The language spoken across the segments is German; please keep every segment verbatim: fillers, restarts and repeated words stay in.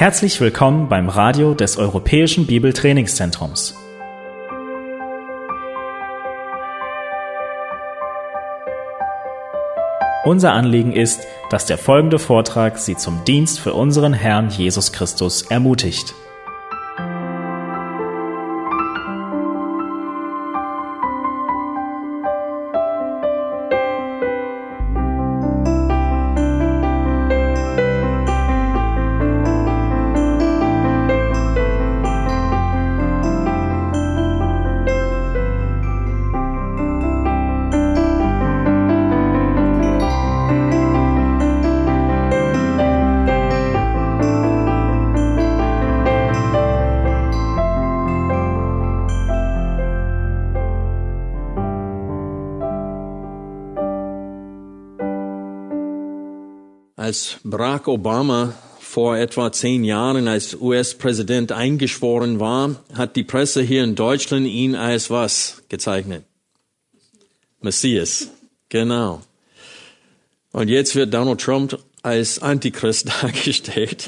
Herzlich willkommen beim Radio des Europäischen Bibeltrainingszentrums. Unser Anliegen ist, dass der folgende Vortrag Sie zum Dienst für unseren Herrn Jesus Christus ermutigt. Als Barack Obama vor etwa zehn Jahren als U S-Präsident eingeschworen war, hat die Presse hier in Deutschland ihn als was gezeichnet? Messias, genau. Und jetzt wird Donald Trump als Antichrist dargestellt.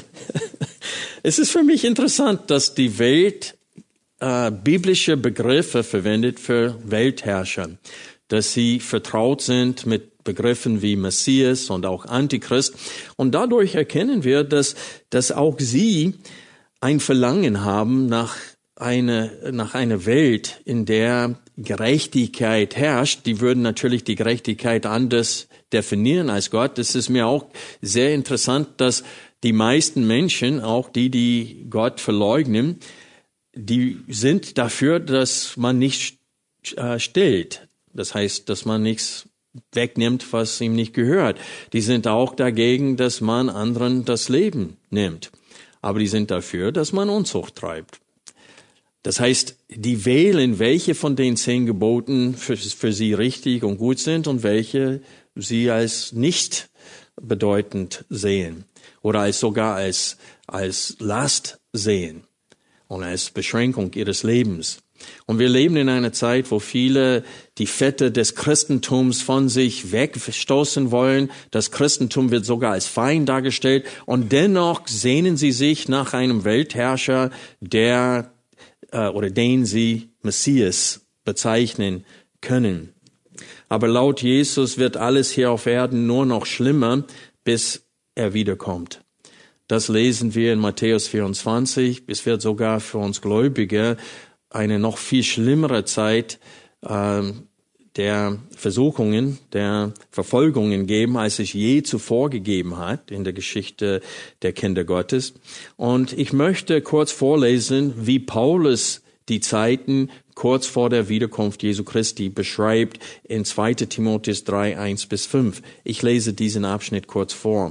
Es ist für mich interessant, dass die Welt äh, biblische Begriffe verwendet für Weltherrscher, dass sie vertraut sind mit Begriffen wie Messias und auch Antichrist. Und dadurch erkennen wir, dass, dass auch sie ein Verlangen haben nach einer, nach einer Welt, in der Gerechtigkeit herrscht. Die würden natürlich die Gerechtigkeit anders definieren als Gott. Es ist mir auch sehr interessant, dass die meisten Menschen, auch die, die Gott verleugnen, die sind dafür, dass man nicht äh, stillt. Das heißt, dass man nichts wegnimmt, was ihm nicht gehört. Die sind auch dagegen, dass man anderen das Leben nimmt. Aber die sind dafür, dass man Unzucht treibt. Das heißt, die wählen, welche von den zehn Geboten für, für sie richtig und gut sind und welche sie als nicht bedeutend sehen oder als sogar als, als Last sehen und als Beschränkung ihres Lebens. Und wir leben in einer Zeit, wo viele die Fette des Christentums von sich wegstoßen wollen. Das Christentum wird sogar als Feind dargestellt. Und dennoch sehnen sie sich nach einem Weltherrscher, der äh, oder den sie Messias bezeichnen können. Aber laut Jesus wird alles hier auf Erden nur noch schlimmer, bis er wiederkommt. Das lesen wir in Matthäus vierundzwanzig. Es wird sogar für uns Gläubige eine noch viel schlimmere Zeit äh, der Versuchungen, der Verfolgungen geben, als es je zuvor gegeben hat in der Geschichte der Kinder Gottes. Und ich möchte kurz vorlesen, wie Paulus die Zeiten kurz vor der Wiederkunft Jesu Christi beschreibt in zweiter Timotheus drei, eins bis fünf. Ich lese diesen Abschnitt kurz vor.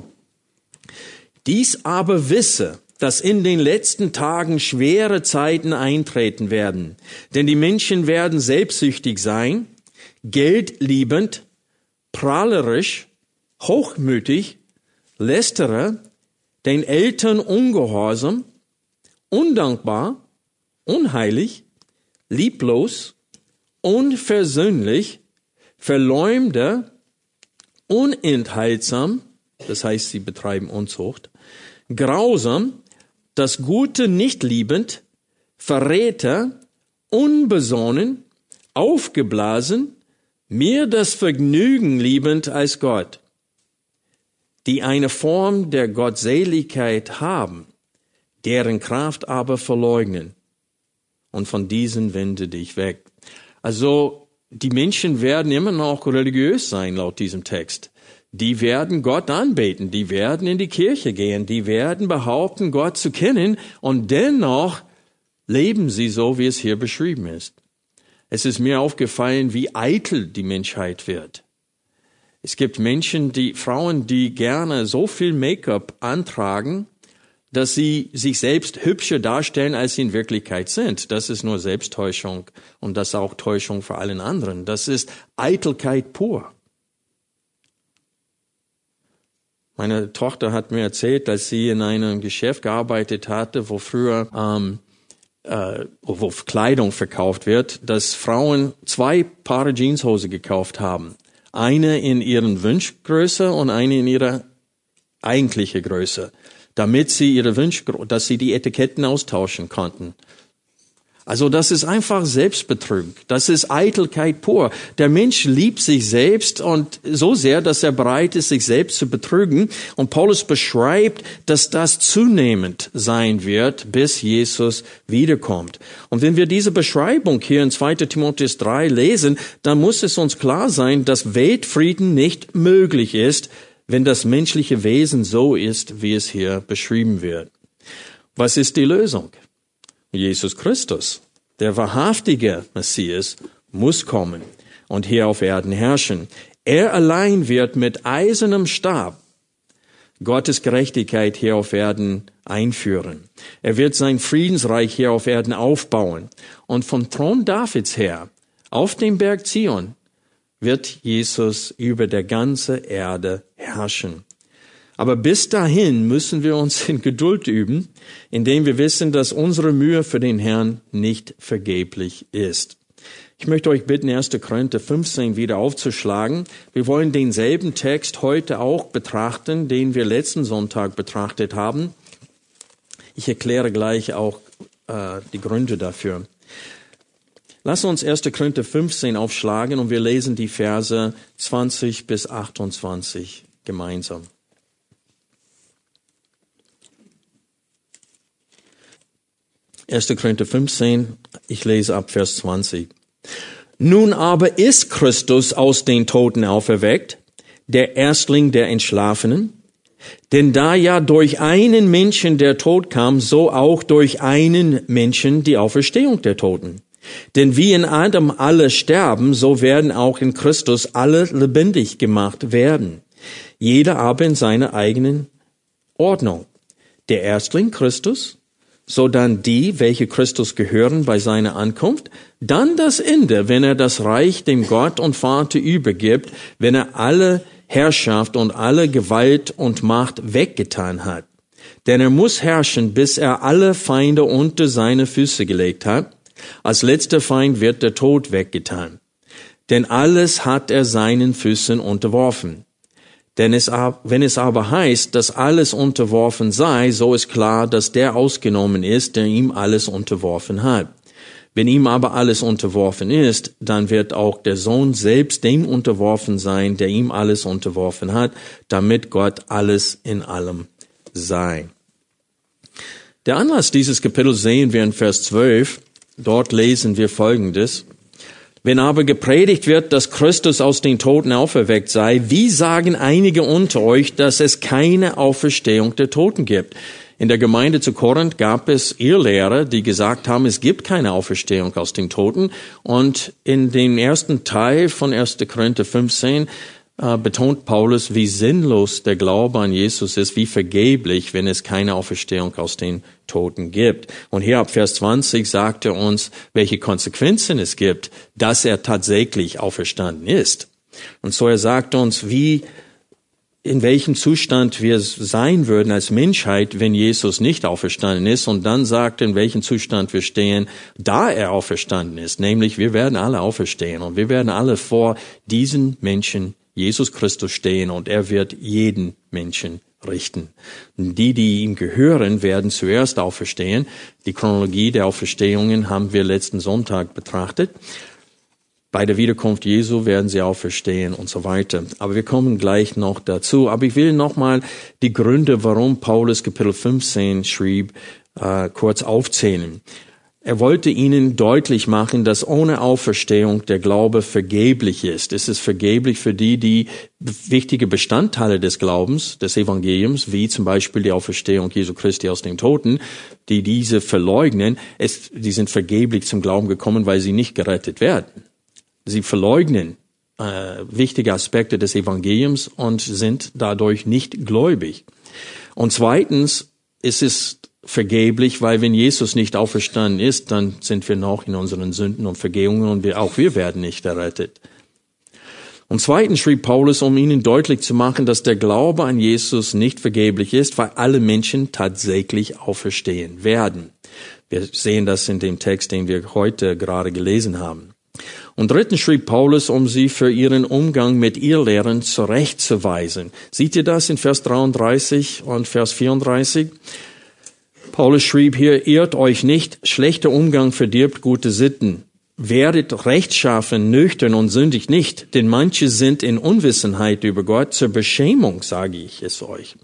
Dies aber wisse, dass in den letzten Tagen schwere Zeiten eintreten werden. Denn die Menschen werden selbstsüchtig sein, geldliebend, prahlerisch, hochmütig, lästerer, den Eltern ungehorsam, undankbar, unheilig, lieblos, unversöhnlich, Verleumder, unenthaltsam, das heißt, sie betreiben Unzucht, grausam, das Gute nicht liebend, Verräter, unbesonnen, aufgeblasen, mehr das Vergnügen liebend als Gott, die eine Form der Gottseligkeit haben, deren Kraft aber verleugnen. Und von diesen wende dich weg. Also, die Menschen werden immer noch religiös sein, laut diesem Text. Die werden Gott anbeten, die werden in die Kirche gehen, die werden behaupten, Gott zu kennen, und dennoch leben sie so, wie es hier beschrieben ist. Es ist mir aufgefallen, wie eitel die Menschheit wird. Es gibt Menschen, die Frauen, die gerne so viel Make-up antragen, dass sie sich selbst hübscher darstellen, als sie in Wirklichkeit sind. Das ist nur Selbsttäuschung und das ist auch Täuschung für allen anderen. Das ist Eitelkeit pur. Meine Tochter hat mir erzählt, dass sie in einem Geschäft gearbeitet hatte, wo früher ähm, äh, wo Kleidung verkauft wird, dass Frauen zwei Paare Jeanshose gekauft haben. Eine in ihren Wunschgröße und eine in ihrer eigentliche Größe. damit sie ihre Wünsche, dass sie die Etiketten austauschen konnten. Also das ist einfach Selbstbetrug. Das ist Eitelkeit pur. Der Mensch liebt sich selbst und so sehr, dass er bereit ist, sich selbst zu betrügen. Und Paulus beschreibt, dass das zunehmend sein wird, bis Jesus wiederkommt. Und wenn wir diese Beschreibung hier in zweiter Timotheus drei lesen, dann muss es uns klar sein, dass Weltfrieden nicht möglich ist, wenn das menschliche Wesen so ist, wie es hier beschrieben wird. Was ist die Lösung? Jesus Christus, der wahrhaftige Messias, muss kommen und hier auf Erden herrschen. Er allein wird mit eisernem Stab Gottes Gerechtigkeit hier auf Erden einführen. Er wird sein Friedensreich hier auf Erden aufbauen. Und vom Thron Davids her, auf dem Berg Zion, wird Jesus über der ganze Erde herrschen. Aber bis dahin müssen wir uns in Geduld üben, indem wir wissen, dass unsere Mühe für den Herrn nicht vergeblich ist. Ich möchte euch bitten, erster Korinther fünfzehn wieder aufzuschlagen. Wir wollen denselben Text heute auch betrachten, den wir letzten Sonntag betrachtet haben. Ich erkläre gleich auch äh, die Gründe dafür. Lass uns erster Korinther fünfzehn aufschlagen und wir lesen die Verse zwanzig bis achtundzwanzig gemeinsam. erster Korinther fünfzehn, ich lese ab Vers zwanzig. Nun aber ist Christus aus den Toten auferweckt, der Erstling der Entschlafenen. Denn da ja durch einen Menschen der Tod kam, so auch durch einen Menschen die Auferstehung der Toten. Denn wie in Adam alle sterben, so werden auch in Christus alle lebendig gemacht werden. Jeder aber in seiner eigenen Ordnung. Der Erstling Christus, so dann die, welche Christus gehören bei seiner Ankunft, dann das Ende, wenn er das Reich dem Gott und Vater übergibt, wenn er alle Herrschaft und alle Gewalt und Macht weggetan hat. Denn er muss herrschen, bis er alle Feinde unter seine Füße gelegt hat. Als letzter Feind wird der Tod weggetan. Denn alles hat er seinen Füßen unterworfen. Denn es, wenn es aber heißt, dass alles unterworfen sei, so ist klar, dass der ausgenommen ist, der ihm alles unterworfen hat. Wenn ihm aber alles unterworfen ist, dann wird auch der Sohn selbst dem unterworfen sein, der ihm alles unterworfen hat, damit Gott alles in allem sei. Der Anlass dieses Kapitels sehen wir in Vers zwölf. Dort lesen wir Folgendes. Wenn aber gepredigt wird, dass Christus aus den Toten auferweckt sei, wie sagen einige unter euch, dass es keine Auferstehung der Toten gibt? In der Gemeinde zu Korinth gab es Irrlehrer, die gesagt haben, es gibt keine Auferstehung aus den Toten. Und in dem ersten Teil von erster Korinther fünfzehn äh, betont Paulus, wie sinnlos der Glaube an Jesus ist, wie vergeblich, wenn es keine Auferstehung aus den Toten gibt. Und hier ab Vers zwanzig sagt er uns, welche Konsequenzen es gibt, dass er tatsächlich auferstanden ist. Und so er sagt uns, wie, in welchem Zustand wir sein würden als Menschheit, wenn Jesus nicht auferstanden ist. Und dann sagt er, in welchem Zustand wir stehen, da er auferstanden ist. Nämlich, wir werden alle auferstehen und wir werden alle vor diesen Menschen, Jesus Christus, stehen und er wird jeden Menschen richten. Die, die ihm gehören, werden zuerst auferstehen. Die Chronologie der Auferstehungen haben wir letzten Sonntag betrachtet. Bei der Wiederkunft Jesu werden sie auferstehen und so weiter. Aber wir kommen gleich noch dazu. Aber ich will nochmal die Gründe, warum Paulus Kapitel fünfzehn schrieb, äh, kurz aufzählen. Er wollte ihnen deutlich machen, dass ohne Auferstehung der Glaube vergeblich ist. Es ist vergeblich für die, die wichtige Bestandteile des Glaubens, des Evangeliums, wie zum Beispiel die Auferstehung Jesu Christi aus den Toten, die diese verleugnen, es, die sind vergeblich zum Glauben gekommen, weil sie nicht gerettet werden. Sie verleugnen äh, wichtige Aspekte des Evangeliums und sind dadurch nicht gläubig. Und zweitens ist es vergeblich, weil wenn Jesus nicht auferstanden ist, dann sind wir noch in unseren Sünden und Vergehungen und wir, auch wir werden nicht errettet. Und zweitens schrieb Paulus, um ihnen deutlich zu machen, dass der Glaube an Jesus nicht vergeblich ist, weil alle Menschen tatsächlich auferstehen werden. Wir sehen das in dem Text, den wir heute gerade gelesen haben. Und drittens schrieb Paulus, um sie für ihren Umgang mit Irrlehren zurechtzuweisen. Seht ihr das in Vers dreiunddreißig und Vers vierunddreißig? Paulus schrieb hier, irrt euch nicht, schlechter Umgang verdirbt gute Sitten. Werdet rechtschaffen, nüchtern und sündigt nicht, denn manche sind in Unwissenheit über Gott, zur Beschämung sage ich es euch.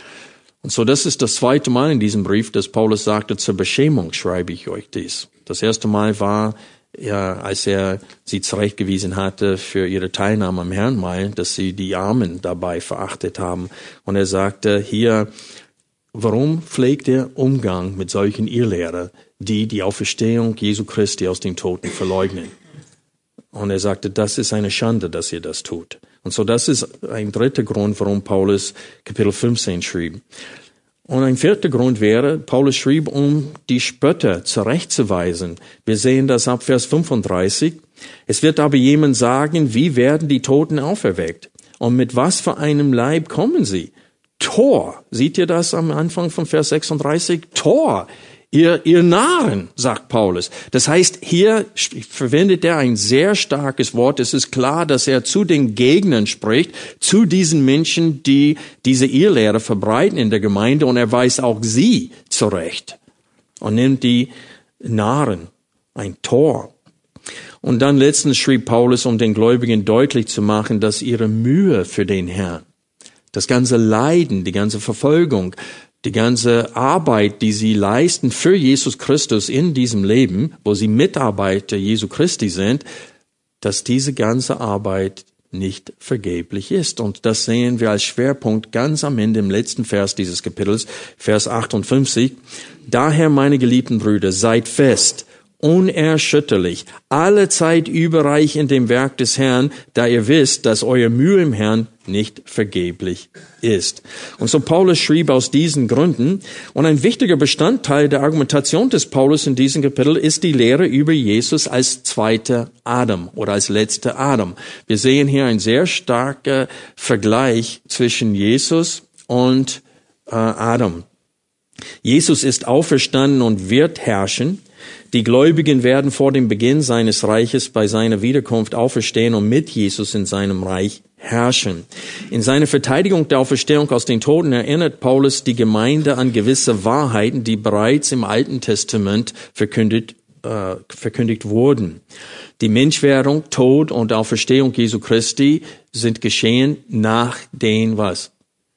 Und so, das ist das zweite Mal in diesem Brief, dass Paulus sagte, zur Beschämung schreibe ich euch dies. Das erste Mal war, ja, als er sie zurechtgewiesen hatte für ihre Teilnahme am Herrnmahl, dass sie die Armen dabei verachtet haben. Und er sagte hier, warum pflegt der Umgang mit solchen Irrlehrer, die die Auferstehung Jesu Christi aus den Toten verleugnen? Und er sagte, das ist eine Schande, dass ihr das tut. Und so, das ist ein dritter Grund, warum Paulus Kapitel fünfzehn schrieb. Und ein vierter Grund wäre, Paulus schrieb, um die Spötter zurechtzuweisen. Wir sehen das ab Vers fünfunddreißig. Es wird aber jemand sagen, wie werden die Toten auferweckt? Und mit was für einem Leib kommen sie? Tor. Seht ihr das am Anfang von Vers sechsunddreißig? Tor. Ihr, ihr Narren, sagt Paulus. Das heißt, hier verwendet er ein sehr starkes Wort. Es ist klar, dass er zu den Gegnern spricht, zu diesen Menschen, die diese Irrlehre verbreiten in der Gemeinde. Und er weist auch sie zurecht und nimmt die Narren, ein Tor. Und dann letztens schrieb Paulus, um den Gläubigen deutlich zu machen, dass ihre Mühe für den Herrn, das ganze Leiden, die ganze Verfolgung, die ganze Arbeit, die sie leisten für Jesus Christus in diesem Leben, wo sie Mitarbeiter Jesu Christi sind, dass diese ganze Arbeit nicht vergeblich ist. Und das sehen wir als Schwerpunkt ganz am Ende im letzten Vers dieses Kapitels, Vers achtundfünfzig. Daher, meine geliebten Brüder, seid fest, unerschütterlich, alle Zeit überreich in dem Werk des Herrn, da ihr wisst, dass euer Mühe im Herrn nicht vergeblich ist. Und so Paulus schrieb aus diesen Gründen, und ein wichtiger Bestandteil der Argumentation des Paulus in diesem Kapitel ist die Lehre über Jesus als zweiter Adam oder als letzter Adam. Wir sehen hier einen sehr starken Vergleich zwischen Jesus und äh, Adam. Jesus ist auferstanden und wird herrschen. Die Gläubigen werden vor dem Beginn seines Reiches bei seiner Wiederkunft auferstehen und mit Jesus in seinem Reich herrschen. In seiner Verteidigung der Auferstehung aus den Toten erinnert Paulus die Gemeinde an gewisse Wahrheiten, die bereits im Alten Testament verkündigt, äh, verkündigt wurden. Die Menschwerdung, Tod und Auferstehung Jesu Christi sind geschehen nach den was?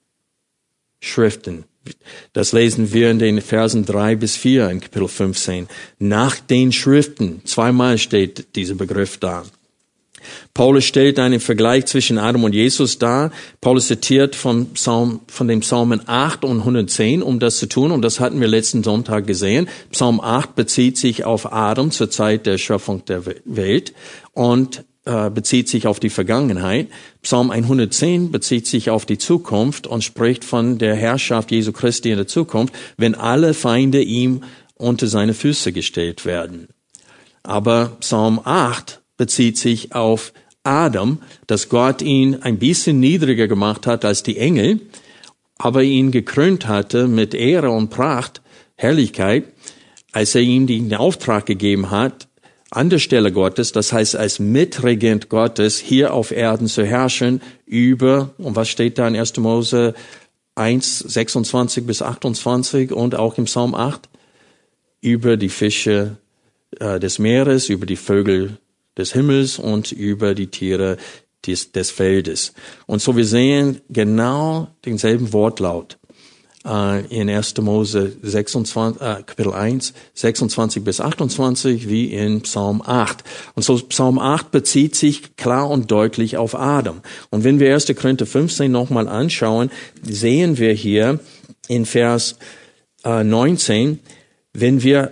Schriften. Das lesen wir in den Versen drei bis vier in Kapitel fünfzehn. Nach den Schriften. Zweimal steht dieser Begriff da. Paulus stellt einen Vergleich zwischen Adam und Jesus dar. Paulus zitiert vom Psalm, von den Psalmen acht und hundertzehn, um das zu tun. Und das hatten wir letzten Sonntag gesehen. Psalm acht bezieht sich auf Adam zur Zeit der Schöpfung der Welt und äh, bezieht sich auf die Vergangenheit. Psalm hundertzehn bezieht sich auf die Zukunft und spricht von der Herrschaft Jesu Christi in der Zukunft, wenn alle Feinde ihm unter seine Füße gestellt werden. Aber Psalm acht bezieht sich auf Adam, dass Gott ihn ein bisschen niedriger gemacht hat als die Engel, aber ihn gekrönt hatte mit Ehre und Pracht, Herrlichkeit, als er ihm den Auftrag gegeben hat, an der Stelle Gottes, das heißt als Mitregent Gottes, hier auf Erden zu herrschen über, und was steht da in erster Mose eins, sechsundzwanzig bis achtundzwanzig und auch im Psalm acht, über die Fische äh, des Meeres, über die Vögel des Himmels und über die Tiere des, des Feldes. Und so wir sehen genau denselben Wortlaut äh, in erster Mose sechsundzwanzig, äh, Kapitel eins, sechsundzwanzig bis achtundzwanzig wie in Psalm acht. Und so Psalm acht bezieht sich klar und deutlich auf Adam. Und wenn wir erster Korinther fünfzehn nochmal anschauen, sehen wir hier in Vers äh, neunzehn, wenn wir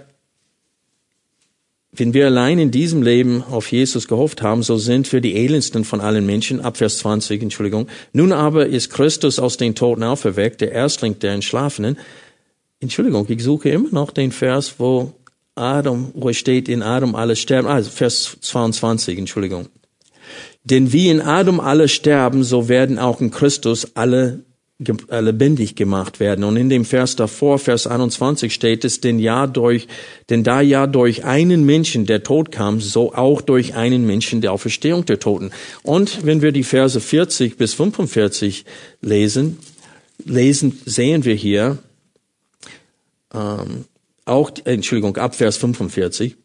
Wenn wir allein in diesem Leben auf Jesus gehofft haben, so sind wir die elendsten von allen Menschen, ab Vers zwanzig, Entschuldigung. Nun aber ist Christus aus den Toten auferweckt, der Erstling der Entschlafenen. Entschuldigung, ich suche immer noch den Vers, wo Adam, wo steht, in Adam alle sterben. Also Vers zweiundzwanzig, Entschuldigung. Denn wie in Adam alle sterben, so werden auch in Christus alle ge- äh, lebendig gemacht werden. Und in dem Vers davor, Vers einundzwanzig steht es, denn ja durch, denn da ja durch einen Menschen der Tod kam, so auch durch einen Menschen der Auferstehung der Toten. Und wenn wir die Verse vierzig bis fünfundvierzig lesen, lesen, sehen wir hier, ähm, auch, Entschuldigung, ab Vers fünfundvierzig,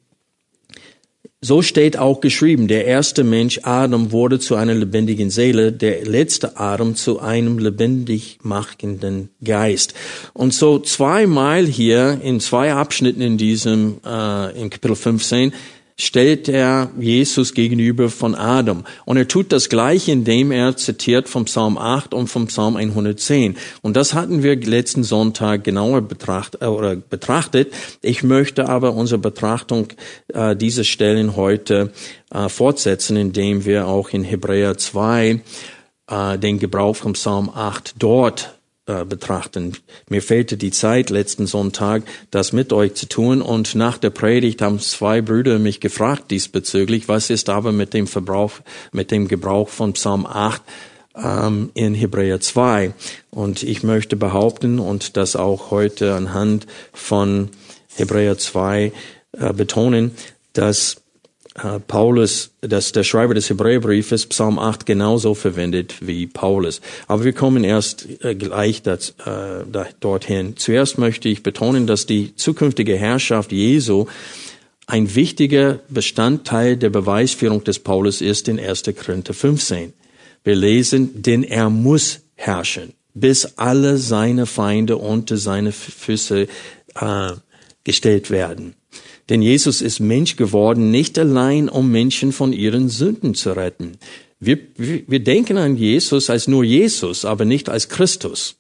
so steht auch geschrieben, der erste Mensch, Adam, wurde zu einer lebendigen Seele, der letzte Adam zu einem lebendig machenden Geist. Und so zweimal hier in zwei Abschnitten in diesem, äh, in Kapitel fünfzehn, stellt er Jesus gegenüber von Adam. Und er tut das Gleiche, indem er zitiert vom Psalm acht und vom Psalm hundertzehn. Und das hatten wir letzten Sonntag genauer betracht, äh, oder betrachtet. Ich möchte aber unsere Betrachtung äh, dieser Stellen heute äh, fortsetzen, indem wir auch in Hebräer zwei äh, den Gebrauch vom Psalm acht dort äh, betrachten. Mir fehlte die Zeit letzten Sonntag, das mit euch zu tun, und nach der Predigt haben zwei Brüder mich gefragt diesbezüglich, was ist aber mit dem Verbrauch, mit dem Gebrauch von Psalm acht ähm, in Hebräer zwei. Und ich möchte behaupten und das auch heute anhand von Hebräer zwei äh, betonen, dass Paulus, dass der Schreiber des Hebräerbriefes Psalm acht genauso verwendet wie Paulus. Aber wir kommen erst äh, gleich das, äh, da, dorthin. Zuerst möchte ich betonen, dass die zukünftige Herrschaft Jesu ein wichtiger Bestandteil der Beweisführung des Paulus ist in erster Korinther fünfzehn. Wir lesen, denn er muss herrschen, bis alle seine Feinde unter seine Füße äh, gestellt werden. Denn Jesus ist Mensch geworden, nicht allein, um Menschen von ihren Sünden zu retten. Wir, wir, wir denken an Jesus als nur Jesus, aber nicht als Christus.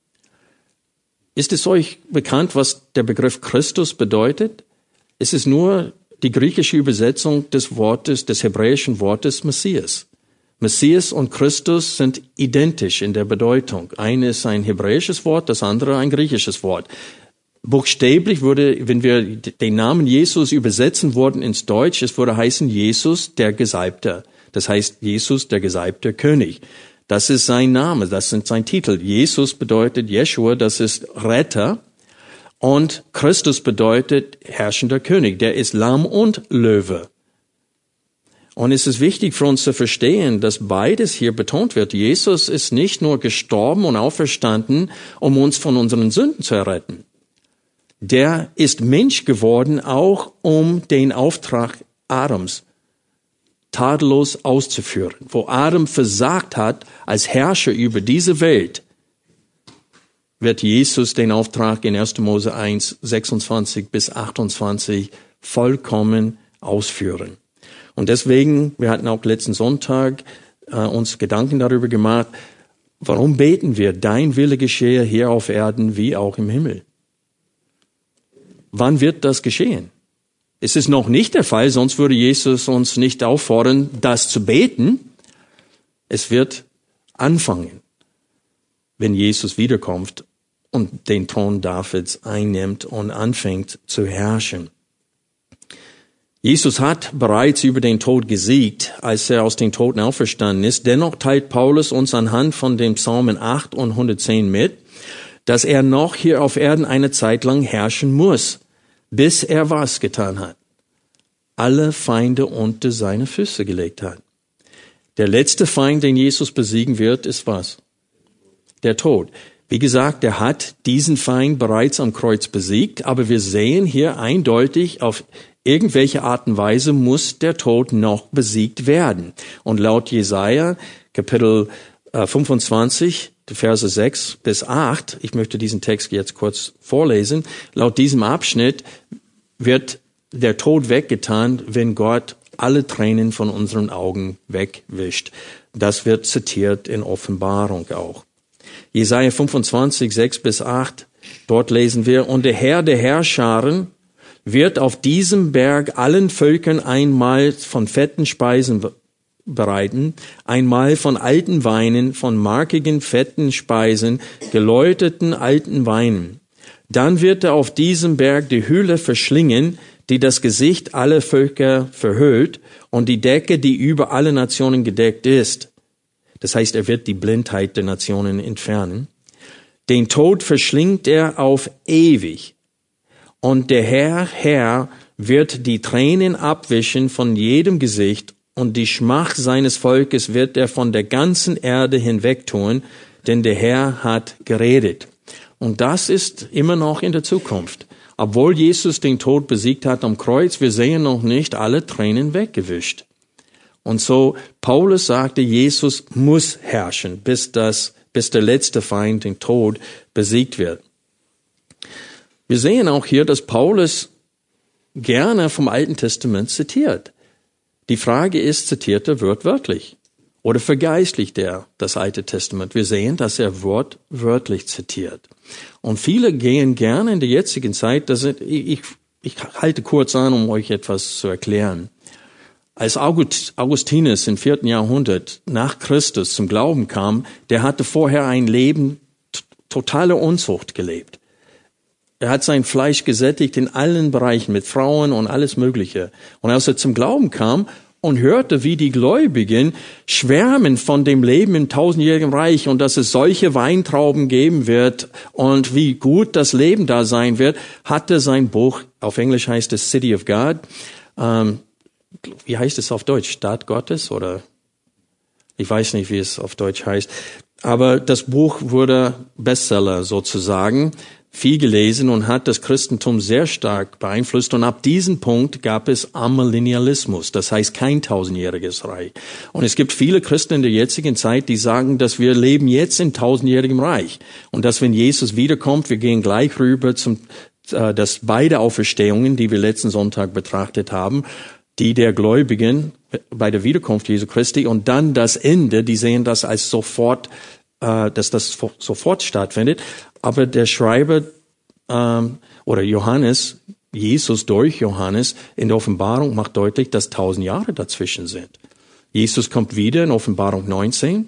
Ist es euch bekannt, was der Begriff Christus bedeutet? Es ist nur die griechische Übersetzung des Wortes, des hebräischen Wortes Messias. Messias und Christus sind identisch in der Bedeutung. Eine ist ein hebräisches Wort, das andere ein griechisches Wort. Buchstäblich würde, wenn wir den Namen Jesus übersetzen würden ins Deutsch, es würde heißen Jesus der Gesalbte. Das heißt Jesus der gesalbte König. Das ist sein Name, das ist sein Titel. Jesus bedeutet Jeschua, das ist Retter. Und Christus bedeutet herrschender König. Der ist Lamm und Löwe. Und es ist wichtig für uns zu verstehen, dass beides hier betont wird. Jesus ist nicht nur gestorben und auferstanden, um uns von unseren Sünden zu erretten. Der ist Mensch geworden, auch um den Auftrag Adams tadellos auszuführen. Wo Adam versagt hat als Herrscher über diese Welt, wird Jesus den Auftrag in erster Mose eins, sechsundzwanzig bis achtundzwanzig vollkommen ausführen. Und deswegen, wir hatten auch letzten Sonntag äh, uns Gedanken darüber gemacht, warum beten wir, dein Wille geschehe hier auf Erden wie auch im Himmel? Wann wird das geschehen? Es ist noch nicht der Fall, sonst würde Jesus uns nicht auffordern, das zu beten. Es wird anfangen, wenn Jesus wiederkommt und den Thron Davids einnimmt und anfängt zu herrschen. Jesus hat bereits über den Tod gesiegt, als er aus den Toten auferstanden ist. Dennoch teilt Paulus uns anhand von den Psalmen acht und hundertzehn mit, dass er noch hier auf Erden eine Zeit lang herrschen muss, bis er was getan hat? Alle Feinde unter seine Füße gelegt hat. Der letzte Feind, den Jesus besiegen wird, ist was? Der Tod. Wie gesagt, er hat diesen Feind bereits am Kreuz besiegt, aber wir sehen hier eindeutig, auf irgendwelche Art und Weise muss der Tod noch besiegt werden. Und laut Jesaja, Kapitel äh, fünfundzwanzig, Verse sechs bis acht, ich möchte diesen Text jetzt kurz vorlesen, laut diesem Abschnitt wird der Tod weggetan, wenn Gott alle Tränen von unseren Augen wegwischt. Das wird zitiert in Offenbarung auch. Jesaja fünfundzwanzig, sechs bis acht, dort lesen wir, und der Herr der Herrscharen wird auf diesem Berg allen Völkern einmal von fetten Speisen bereiten, einmal von alten Weinen, von markigen, fetten Speisen, geläuteten alten Weinen. Dann wird er auf diesem Berg die Hülle verschlingen, die das Gesicht aller Völker verhüllt, und die Decke, die über alle Nationen gedeckt ist. Das heißt, er wird die Blindheit der Nationen entfernen. Den Tod verschlingt er auf ewig. Und der Herr, Herr, wird die Tränen abwischen von jedem Gesicht und die Schmach seines Volkes wird er von der ganzen Erde hinwegtun, denn der Herr hat geredet. Und das ist immer noch in der Zukunft. Obwohl Jesus den Tod besiegt hat am Kreuz, wir sehen noch nicht alle Tränen weggewischt. Und so, Paulus sagte, Jesus muss herrschen, bis das, bis der letzte Feind, den Tod, besiegt wird. Wir sehen auch hier, dass Paulus gerne vom Alten Testament zitiert. Die Frage ist, zitiert er wortwörtlich oder vergeistlicht er das Alte Testament? Wir sehen, dass er wortwörtlich zitiert. Und viele gehen gerne in der jetzigen Zeit, das ist, ich, ich halte kurz an, um euch etwas zu erklären. Als August, Augustinus im vierten Jahrhundert nach Christus zum Glauben kam, der hatte vorher ein Leben totaler Unzucht gelebt. Er hat sein Fleisch gesättigt in allen Bereichen mit Frauen und alles Mögliche. Und als er zum Glauben kam und hörte, wie die Gläubigen schwärmen von dem Leben im tausendjährigen Reich und dass es solche Weintrauben geben wird und wie gut das Leben da sein wird, hat er sein Buch, auf Englisch heißt es City of God, ähm, wie heißt es auf Deutsch? Stadt Gottes oder ich weiß nicht, wie es auf Deutsch heißt. Aber das Buch wurde Bestseller sozusagen, viel gelesen und hat das Christentum sehr stark beeinflusst. Und ab diesem Punkt gab es Amillennialismus, das heißt kein tausendjähriges Reich. Und es gibt viele Christen in der jetzigen Zeit, die sagen, dass wir leben jetzt in tausendjährigem Reich. Und dass wenn Jesus wiederkommt, wir gehen gleich rüber zum, äh, dass beide Auferstehungen, die wir letzten Sonntag betrachtet haben, die der Gläubigen bei der Wiederkunft Jesu Christi und dann das Ende, die sehen das als sofort, äh, dass das sofort stattfindet. Aber der Schreiber ähm, oder Johannes, Jesus durch Johannes in der Offenbarung macht deutlich, dass tausend Jahre dazwischen sind. Jesus kommt wieder in Offenbarung neunzehn.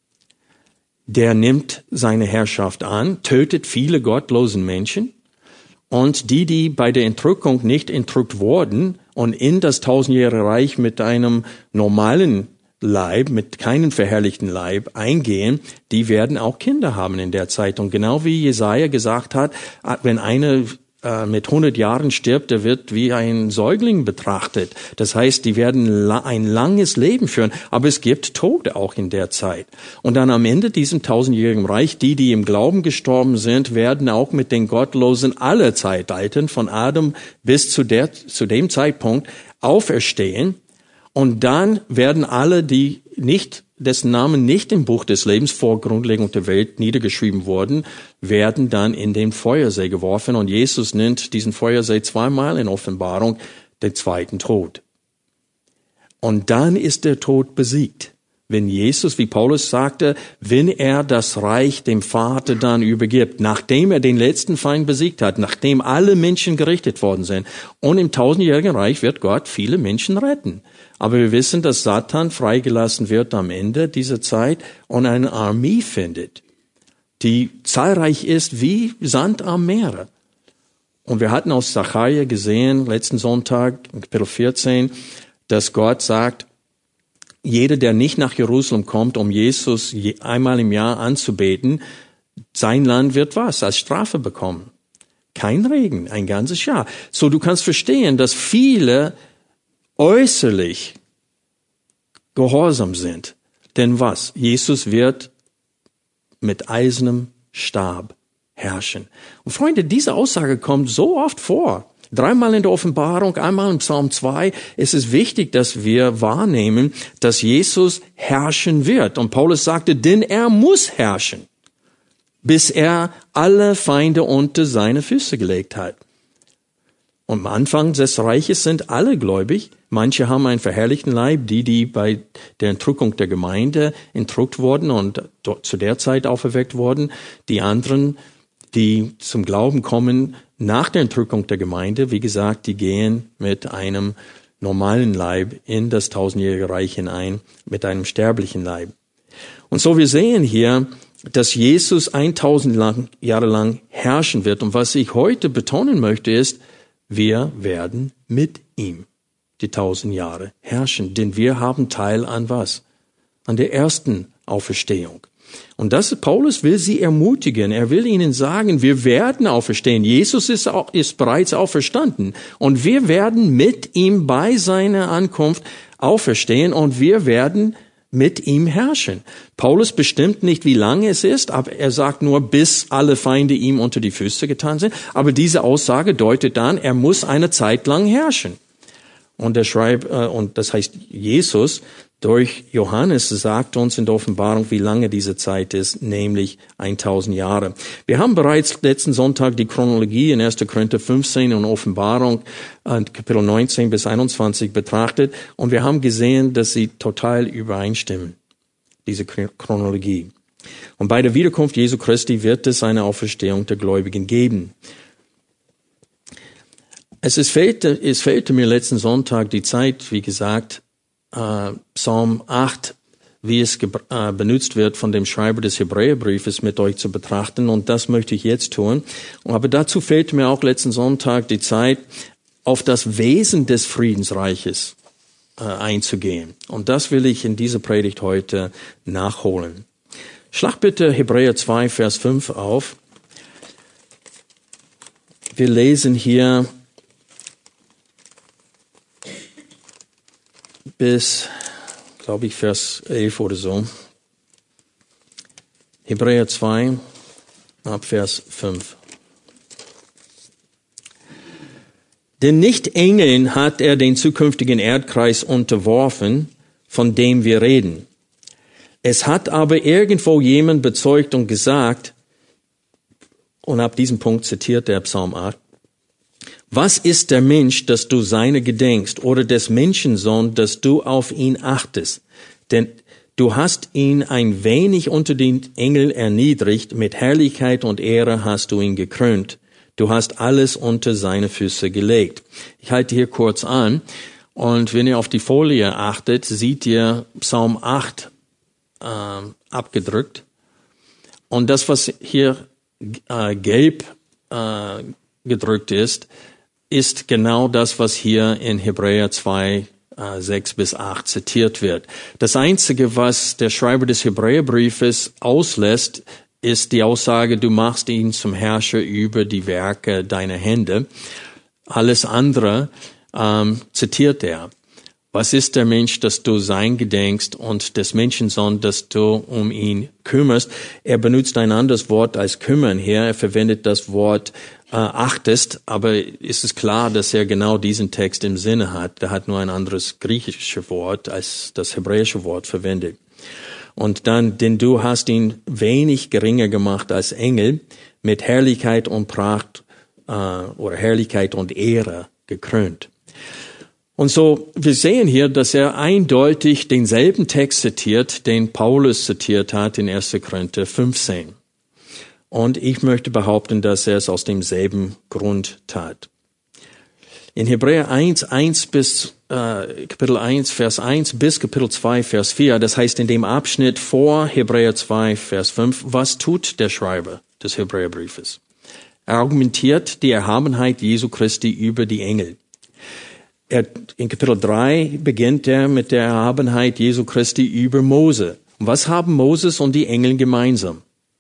Der nimmt seine Herrschaft an, tötet viele gottlosen Menschen. Und die, die bei der Entrückung nicht entrückt wurden und in das tausendjährige Reich mit einem normalen Leib, mit keinem verherrlichten Leib eingehen, die werden auch Kinder haben in der Zeit. Und genau wie Jesaja gesagt hat, wenn einer äh, mit hundert Jahren stirbt, der wird wie ein Säugling betrachtet. Das heißt, die werden la- ein langes Leben führen. Aber es gibt Tode auch in der Zeit. Und dann am Ende diesem tausendjährigen Reich, die, die im Glauben gestorben sind, werden auch mit den Gottlosen aller Zeitalten, von Adam bis zu, der, zu dem Zeitpunkt, auferstehen. Und dann werden alle, die nicht, dessen Namen nicht im Buch des Lebens vor Grundlegung der Welt niedergeschrieben wurden, werden dann in den Feuersee geworfen. Und Jesus nennt diesen Feuersee zweimal in Offenbarung den zweiten Tod. Und dann ist der Tod besiegt. Wenn Jesus, wie Paulus sagte, wenn er das Reich dem Vater dann übergibt, nachdem er den letzten Feind besiegt hat, nachdem alle Menschen gerichtet worden sind. Und im tausendjährigen Reich wird Gott viele Menschen retten. Aber wir wissen, dass Satan freigelassen wird am Ende dieser Zeit und eine Armee findet, die zahlreich ist wie Sand am Meer. Und wir hatten aus Sacharja gesehen, letzten Sonntag, in Kapitel vierzehn, dass Gott sagt, jeder, der nicht nach Jerusalem kommt, um Jesus einmal im Jahr anzubeten, sein Land wird was? Als Strafe bekommen. Kein Regen, ein ganzes Jahr. So, du kannst verstehen, dass viele äußerlich gehorsam sind. Denn was? Jesus wird mit eisernem Stab herrschen. Und Freunde, diese Aussage kommt so oft vor. Dreimal in der Offenbarung, einmal im Psalm zwei. Es ist wichtig, dass wir wahrnehmen, dass Jesus herrschen wird. Und Paulus sagte, denn er muss herrschen, bis er alle Feinde unter seine Füße gelegt hat. Und am Anfang des Reiches sind alle gläubig. Manche haben einen verherrlichten Leib, die, die bei der Entrückung der Gemeinde entrückt wurden und dort zu der Zeit auferweckt wurden. Die anderen, die zum Glauben kommen nach der Entrückung der Gemeinde, wie gesagt, die gehen mit einem normalen Leib in das tausendjährige Reich hinein, mit einem sterblichen Leib. Und so wir sehen hier, dass Jesus tausend Jahre lang herrschen wird. Und was ich heute betonen möchte ist, wir werden mit ihm die tausend Jahre herrschen, denn wir haben Teil an was? An der ersten Auferstehung. Und das, Paulus will sie ermutigen. Er will ihnen sagen, wir werden auferstehen. Jesus ist, auch, ist bereits auferstanden. Und wir werden mit ihm bei seiner Ankunft auferstehen und wir werden mit ihm herrschen. Paulus bestimmt nicht, wie lange es ist, aber er sagt nur, bis alle Feinde ihm unter die Füße getan sind. Aber diese Aussage deutet an, er muss eine Zeit lang herrschen. Und er schreibt, äh, und das heißt, Jesus durch Johannes sagt uns in der Offenbarung, wie lange diese Zeit ist, nämlich tausend Jahre. Wir haben bereits letzten Sonntag die Chronologie in erster Korinther fünfzehn und Offenbarung äh, Kapitel neunzehn bis einundzwanzig betrachtet und wir haben gesehen, dass sie total übereinstimmen, diese Chronologie. Und bei der Wiederkunft Jesu Christi wird es eine Auferstehung der Gläubigen geben. Es, ist, fehlte, es fehlte mir letzten Sonntag die Zeit, wie gesagt, Uh, Psalm acht, wie es uh, benutzt wird von dem Schreiber des Hebräerbriefes mit euch zu betrachten. Und das möchte ich jetzt tun. Aber dazu fehlt mir auch letzten Sonntag die Zeit, auf das Wesen des Friedensreiches uh, einzugehen. Und das will ich in dieser Predigt heute nachholen. Schlag bitte Hebräer zwei, Vers fünf auf. Wir lesen hier bis, glaube ich, Vers elf oder so. Hebräer zwei, ab Vers fünf. Denn nicht Engeln hat er den zukünftigen Erdkreis unterworfen, von dem wir reden. Es hat aber irgendwo jemand bezeugt und gesagt, und ab diesem Punkt zitiert der Psalm acht, was ist der Mensch, dass du seine gedenkst, oder des Menschensohn, dass du auf ihn achtest? Denn du hast ihn ein wenig unter den Engeln erniedrigt, mit Herrlichkeit und Ehre hast du ihn gekrönt. Du hast alles unter seine Füße gelegt. Ich halte hier kurz an, und wenn ihr auf die Folie achtet, seht ihr Psalm acht äh, abgedrückt. Und das, was hier äh, gelb äh, gedrückt ist, ist genau das, was hier in Hebräer zwei, sechs bis acht zitiert wird. Das Einzige, was der Schreiber des Hebräerbriefes auslässt, ist die Aussage, du machst ihn zum Herrscher über die Werke deiner Hände. Alles andere ähm, zitiert er. Was ist der Mensch, dass du sein gedenkst, und des Menschensohn, dass du um ihn kümmerst? Er benutzt ein anderes Wort als kümmern hier. Er verwendet das Wort äh, achtest, aber ist es klar, dass er genau diesen Text im Sinne hat. Er hat nur ein anderes griechisches Wort als das hebräische Wort verwendet. Und dann, denn du hast ihn wenig geringer gemacht als Engel, mit Herrlichkeit und Pracht äh, oder Herrlichkeit und Ehre gekrönt. Und so, wir sehen hier, dass er eindeutig denselben Text zitiert, den Paulus zitiert hat in erster Korinther fünfzehn. Und ich möchte behaupten, dass er es aus demselben Grund tat. In Hebräer eins, eins bis, äh, Kapitel eins, Vers eins bis Kapitel zwei, Vers vier, das heißt in dem Abschnitt vor Hebräer zwei, Vers fünf, was tut der Schreiber des Hebräerbriefes? Er argumentiert die Erhabenheit Jesu Christi über die Engel. Er, in Kapitel drei beginnt er mit der Erhabenheit Jesu Christi über Mose. Und was haben Moses und die Engel gemeinsam?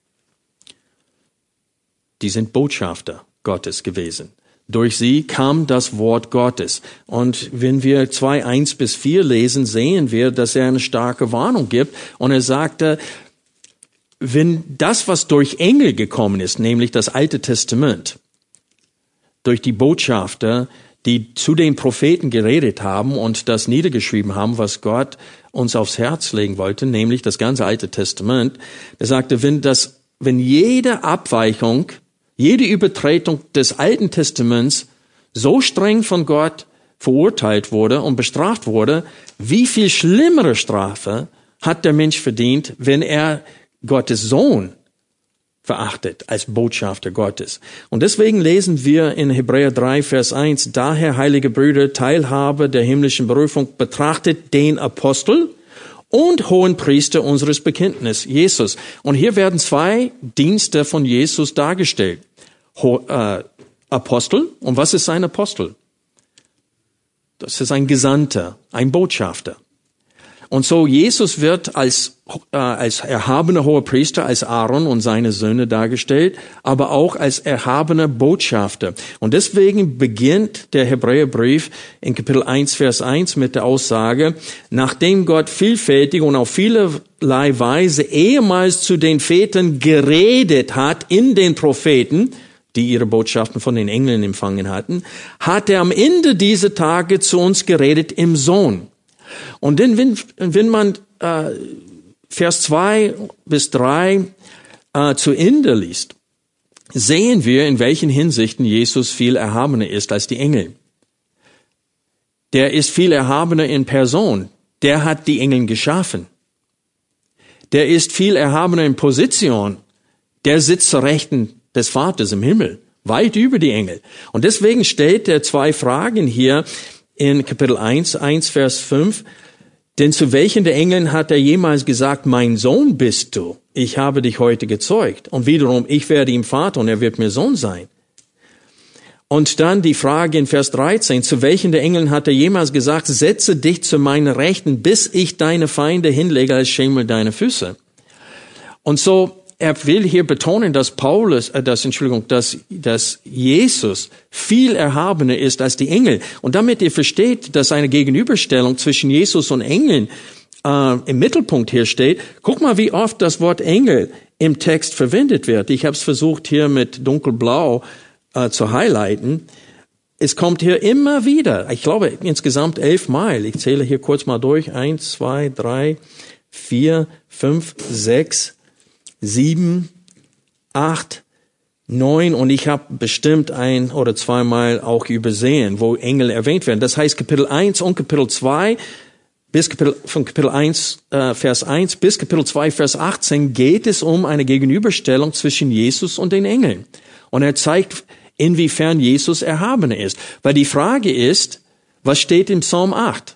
Die sind Botschafter Gottes gewesen. Durch sie kam das Wort Gottes. Und wenn wir zwei, eins bis vier lesen, sehen wir, dass er eine starke Warnung gibt. Und er sagte, wenn das, was durch Engel gekommen ist, nämlich das Alte Testament, durch die Botschafter, die zu den Propheten geredet haben und das niedergeschrieben haben, was Gott uns aufs Herz legen wollte, nämlich das ganze Alte Testament. Er sagte, wenn das, wenn jede Abweichung, jede Übertretung des Alten Testaments so streng von Gott verurteilt wurde und bestraft wurde, wie viel schlimmere Strafe hat der Mensch verdient, wenn er Gottes Sohn verachtet als Botschafter Gottes. Und deswegen lesen wir in Hebräer drei, Vers eins, daher, heilige Brüder, Teilhabe der himmlischen Berufung, betrachtet den Apostel und Hohenpriester unseres Bekenntnisses, Jesus. Und hier werden zwei Dienste von Jesus dargestellt. Ho, äh, Apostel, und was ist ein Apostel? Das ist ein Gesandter, ein Botschafter. Und so Jesus wird als, äh, als erhabener Hohepriester, als Aaron und seine Söhne dargestellt, aber auch als erhabener Botschafter. Und deswegen beginnt der Hebräerbrief in Kapitel eins, Vers eins mit der Aussage, nachdem Gott vielfältig und auf vielerlei Weise ehemals zu den Vätern geredet hat in den Propheten, die ihre Botschaften von den Engeln empfangen hatten, hat er am Ende dieser Tage zu uns geredet im Sohn. Und dann, wenn, wenn man äh, Vers zwei bis drei äh, zu Ende liest, sehen wir, in welchen Hinsichten Jesus viel erhabener ist als die Engel. Der ist viel erhabener in Person. Der hat die Engel geschaffen. Der ist viel erhabener in Position. Der sitzt zur Rechten des Vaters im Himmel, weit über die Engel. Und deswegen stellt er zwei Fragen hier in Kapitel eins, eins, Vers fünf. Denn zu welchen der Engeln hat er jemals gesagt, mein Sohn bist du, ich habe dich heute gezeugt. Und wiederum, ich werde ihm Vater und er wird mir Sohn sein. Und dann die Frage in Vers dreizehn, zu welchen der Engeln hat er jemals gesagt, setze dich zu meiner Rechten, bis ich deine Feinde hinlege als Schemel deiner Füße. Und so, er will hier betonen, dass Paulus, äh, dass, Entschuldigung, dass, dass Jesus viel erhabener ist als die Engel. Und damit ihr versteht, dass eine Gegenüberstellung zwischen Jesus und Engeln äh, im Mittelpunkt hier steht, guck mal, wie oft das Wort Engel im Text verwendet wird. Ich habe es versucht, hier mit dunkelblau äh, zu highlighten. Es kommt hier immer wieder, ich glaube insgesamt elfmal. Ich zähle hier kurz mal durch. Eins, zwei, drei, vier, fünf, sechs, sieben, acht, neun und ich habe bestimmt ein oder zweimal auch übersehen, wo Engel erwähnt werden. Das heißt, Kapitel eins und Kapitel zwei, bis Kapitel, von Kapitel eins, äh, Vers eins bis Kapitel zwei, Vers achtzehn geht es um eine Gegenüberstellung zwischen Jesus und den Engeln. Und er zeigt, inwiefern Jesus erhabener ist. Weil die Frage ist, was steht im Psalm acht?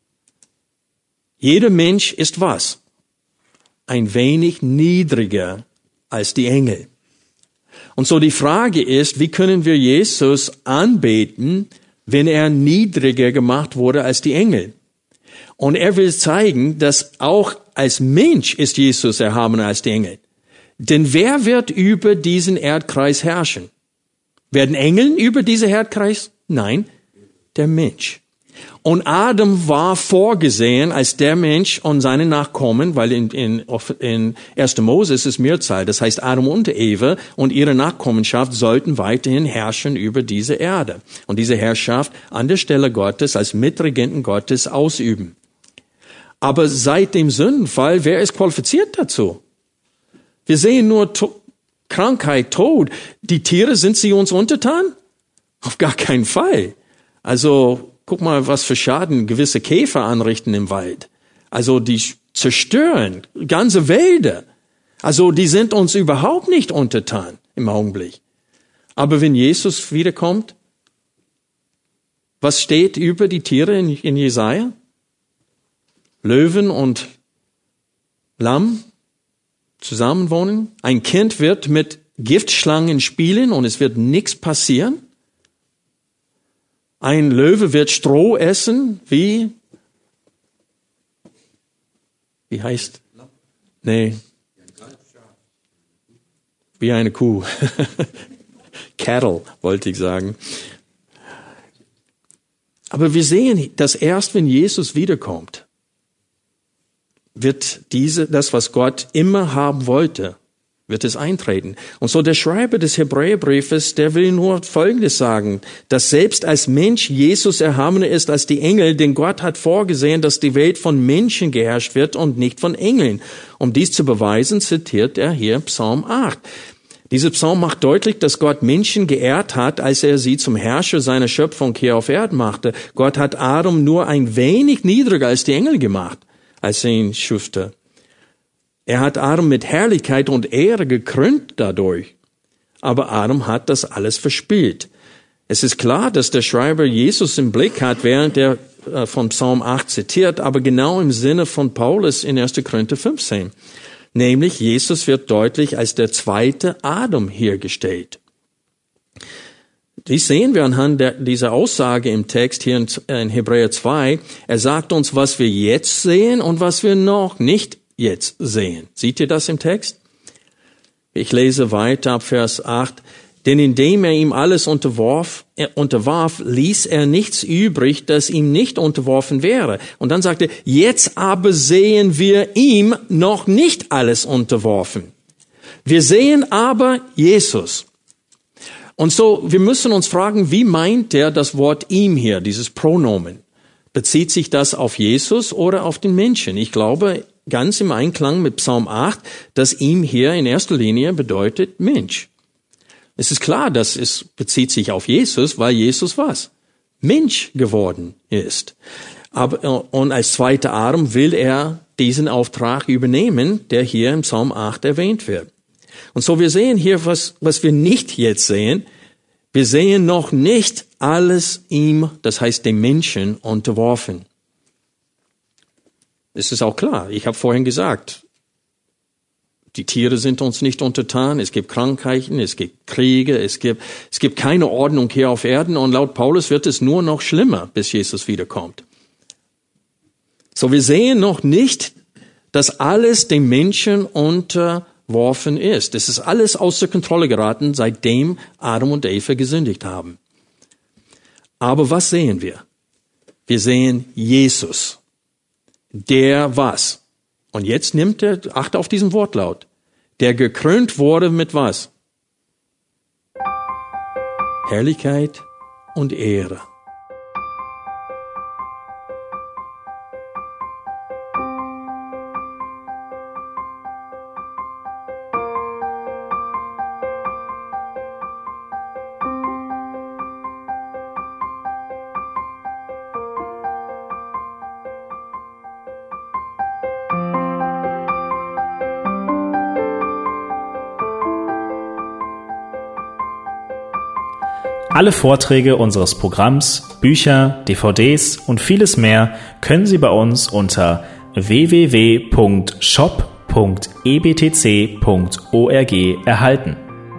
Jeder Mensch ist was? Ein wenig niedriger als die Engel. Und so die Frage ist, wie können wir Jesus anbeten, wenn er niedriger gemacht wurde als die Engel? Und er will zeigen, dass auch als Mensch ist Jesus erhabener als die Engel. Denn wer wird über diesen Erdkreis herrschen? Werden Engel über diesen Erdkreis? Nein, der Mensch. Und Adam war vorgesehen als der Mensch und seine Nachkommen, weil in, in, in erster Mose ist es Mehrzahl. Das heißt, Adam und Eva und ihre Nachkommenschaft sollten weiterhin herrschen über diese Erde. Und diese Herrschaft an der Stelle Gottes als Mitregenten Gottes ausüben. Aber seit dem Sündenfall, wer ist qualifiziert dazu? Wir sehen nur to- Krankheit, Tod. Die Tiere, sind sie uns untertan? Auf gar keinen Fall. Also, guck mal, was für Schaden gewisse Käfer anrichten im Wald. Also die zerstören ganze Wälder. Also die sind uns überhaupt nicht untertan im Augenblick. Aber wenn Jesus wiederkommt, was steht über die Tiere in, in Jesaja? Löwen und Lamm zusammenwohnen. Ein Kind wird mit Giftschlangen spielen und es wird nichts passieren. Ein Löwe wird Stroh essen, wie? Wie heißt? Nee. Wie eine Kuh. Cattle, wollte ich sagen. Aber wir sehen, dass erst wenn Jesus wiederkommt, wird diese, das, was Gott immer haben wollte, wird es eintreten. Und so der Schreiber des Hebräerbriefes, der will nur Folgendes sagen, dass selbst als Mensch Jesus erhabener ist als die Engel, denn Gott hat vorgesehen, dass die Welt von Menschen geherrscht wird und nicht von Engeln. Um dies zu beweisen, zitiert er hier Psalm acht. Dieser Psalm macht deutlich, dass Gott Menschen geehrt hat, als er sie zum Herrscher seiner Schöpfung hier auf Erden machte. Gott hat Adam nur ein wenig niedriger als die Engel gemacht, als er ihn schufte. Er hat Adam mit Herrlichkeit und Ehre gekrönt dadurch. Aber Adam hat das alles verspielt. Es ist klar, dass der Schreiber Jesus im Blick hat, während er äh, von Psalm acht zitiert, aber genau im Sinne von Paulus in erster Korinther fünfzehn. Nämlich, Jesus wird deutlich als der zweite Adam hergestellt. dies sehen wir anhand der, dieser Aussage im Text hier in, in Hebräer zwei. Er sagt uns, was wir jetzt sehen und was wir noch nicht jetzt sehen. Seht ihr das im Text? Ich lese weiter ab Vers acht. Denn indem er ihm alles unterwarf, er unterwarf, ließ er nichts übrig, das ihm nicht unterworfen wäre. Und dann sagt er, jetzt aber sehen wir ihm noch nicht alles unterworfen. Wir sehen aber Jesus. Und so, wir müssen uns fragen, wie meint er das Wort ihm hier, dieses Pronomen? Bezieht sich das auf Jesus oder auf den Menschen? Ich glaube, ganz im Einklang mit Psalm acht, dass ihm hier in erster Linie bedeutet Mensch. Es ist klar, dass es bezieht sich auf Jesus, weil Jesus was? Mensch geworden ist. Aber, und als zweiter Arm will er diesen Auftrag übernehmen, der hier im Psalm acht erwähnt wird. Und so wir sehen hier, was, was wir nicht jetzt sehen. Wir sehen noch nicht alles ihm, das heißt dem Menschen, unterworfen. Es ist auch klar, ich habe vorhin gesagt, die Tiere sind uns nicht untertan, es gibt Krankheiten, es gibt Kriege, es gibt, es gibt keine Ordnung hier auf Erden und laut Paulus wird es nur noch schlimmer, bis Jesus wiederkommt. So, wir sehen noch nicht, dass alles dem Menschen unterworfen ist. Es ist alles außer Kontrolle geraten, seitdem Adam und Eva gesündigt haben. Aber was sehen wir? Wir sehen Jesus. Der was? Und jetzt nimmt er, achte auf diesen Wortlaut, der gekrönt wurde mit was? Herrlichkeit und Ehre. Alle Vorträge unseres Programms, Bücher, D V Ds und vieles mehr können Sie bei uns unter w w w punkt shop punkt e b t c punkt org erhalten.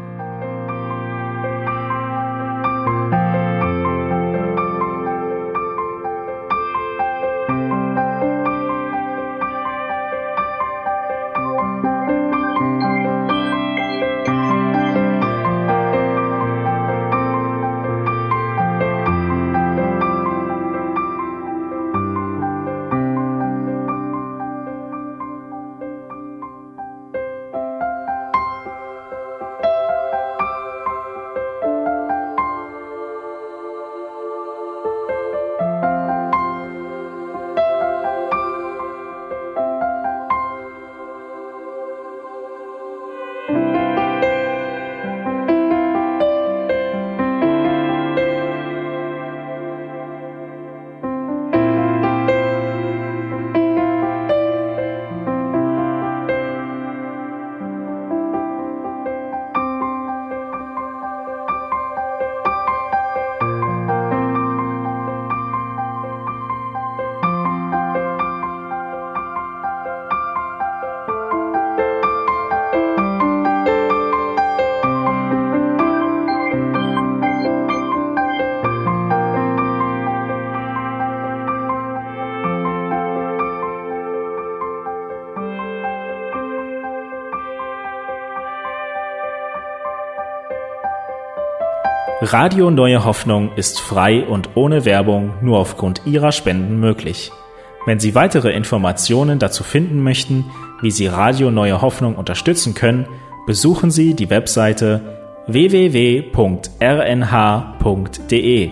Radio Neue Hoffnung ist frei und ohne Werbung nur aufgrund Ihrer Spenden möglich. Wenn Sie weitere Informationen dazu finden möchten, wie Sie Radio Neue Hoffnung unterstützen können, besuchen Sie die Webseite w w w punkt r n h punkt d e.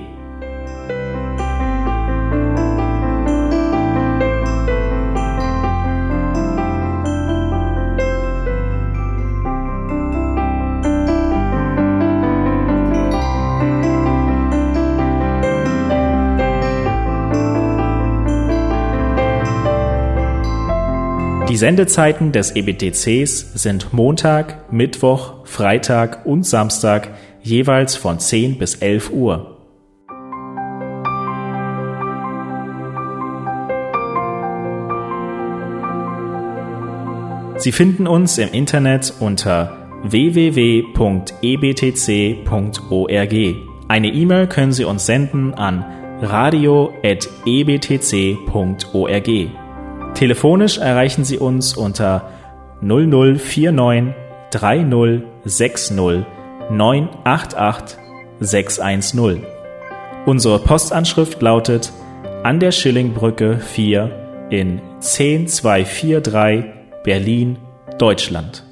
Die Sendezeiten des E B T Cs sind Montag, Mittwoch, Freitag und Samstag jeweils von zehn bis elf Uhr. Sie finden uns im Internet unter w w w punkt e b t c punkt org. Eine E-Mail können Sie uns senden an radio at e b t c punkt org. Telefonisch erreichen Sie uns unter null null vier neun drei null sechs null neun acht acht sechs eins null. Unsere Postanschrift lautet an der Schillingbrücke vier in zehn zwei vier drei Berlin, Deutschland.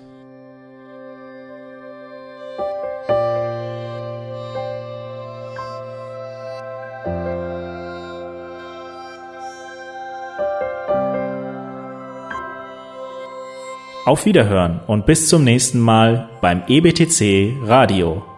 Auf Wiederhören und bis zum nächsten Mal beim E B T C Radio.